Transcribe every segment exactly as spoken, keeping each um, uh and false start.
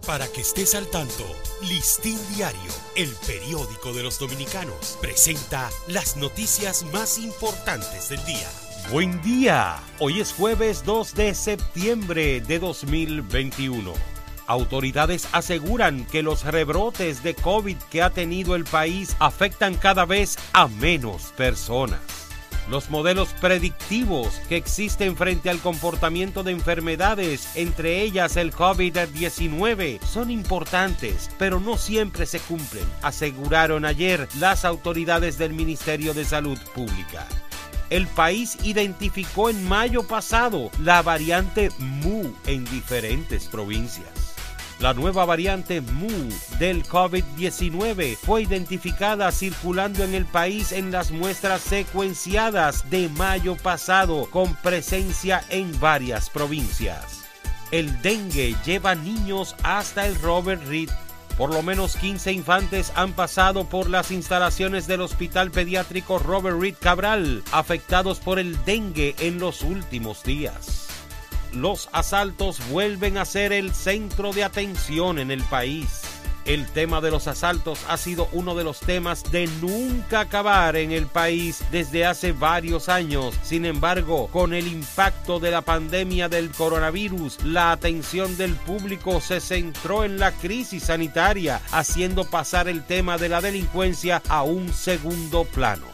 Para que estés al tanto, Listín Diario, el periódico de los dominicanos, presenta las noticias más importantes del día. Buen día, hoy es jueves dos de septiembre de dos mil veintiuno. Autoridades aseguran que los rebrotes de COVID que ha tenido el país afectan cada vez a menos personas. Los modelos predictivos que existen frente al comportamiento de enfermedades, entre ellas el COVID diecinueve, son importantes, pero no siempre se cumplen, aseguraron ayer las autoridades del Ministerio de Salud Pública. El país identificó en mayo pasado la variante Mu en diferentes provincias. La nueva variante Mu del COVID diecinueve fue identificada circulando en el país en las muestras secuenciadas de mayo pasado, con presencia en varias provincias. El dengue lleva niños hasta el Robert Reed. Por lo menos quince infantes han pasado por las instalaciones del Hospital Pediátrico Robert Reed Cabral, afectados por el dengue en los últimos días. Los asaltos vuelven a ser el centro de atención en el país. El tema de los asaltos ha sido uno de los temas de nunca acabar en el país desde hace varios años. Sin embargo, con el impacto de la pandemia del coronavirus, la atención del público se centró en la crisis sanitaria, haciendo pasar el tema de la delincuencia a un segundo plano.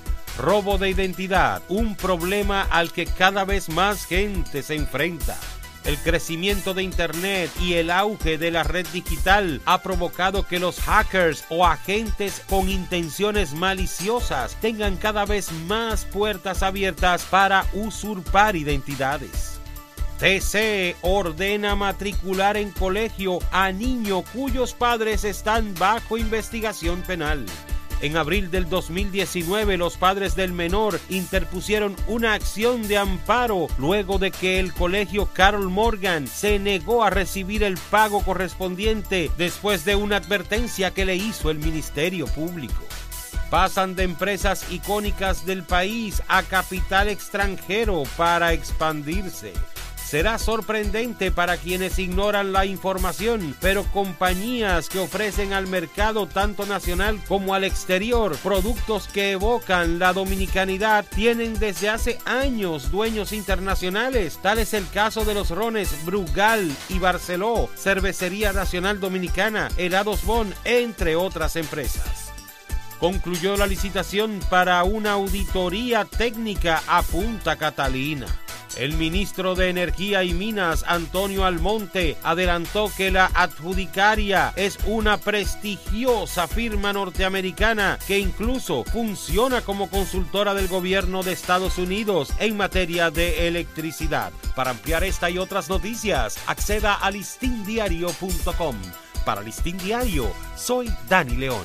Robo de identidad, un problema al que cada vez más gente se enfrenta. El crecimiento de Internet y el auge de la red digital ha provocado que los hackers o agentes con intenciones maliciosas tengan cada vez más puertas abiertas para usurpar identidades. T C ordena matricular en colegio a niño cuyos padres están bajo investigación penal. En abril del dos mil diecinueve, los padres del menor interpusieron una acción de amparo luego de que el colegio Carol Morgan se negó a recibir el pago correspondiente después de una advertencia que le hizo el Ministerio Público. Pasan de empresas icónicas del país a capital extranjero para expandirse. Será sorprendente para quienes ignoran la información, pero compañías que ofrecen al mercado tanto nacional como al exterior productos que evocan la dominicanidad tienen desde hace años dueños internacionales. Tal es el caso de los rones Brugal y Barceló, Cervecería Nacional Dominicana, Helados Bon, entre otras empresas. Concluyó la licitación para una auditoría técnica a Punta Catalina. El ministro de Energía y Minas, Antonio Almonte, adelantó que la adjudicaria es una prestigiosa firma norteamericana que incluso funciona como consultora del gobierno de Estados Unidos en materia de electricidad. Para ampliar esta y otras noticias, acceda a listín diario punto com. Para Listín Diario, soy Dani León.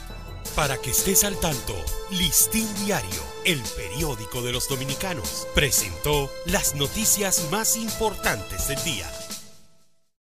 Para que estés al tanto, Listín Diario, el periódico de los dominicanos, presentó las noticias más importantes del día.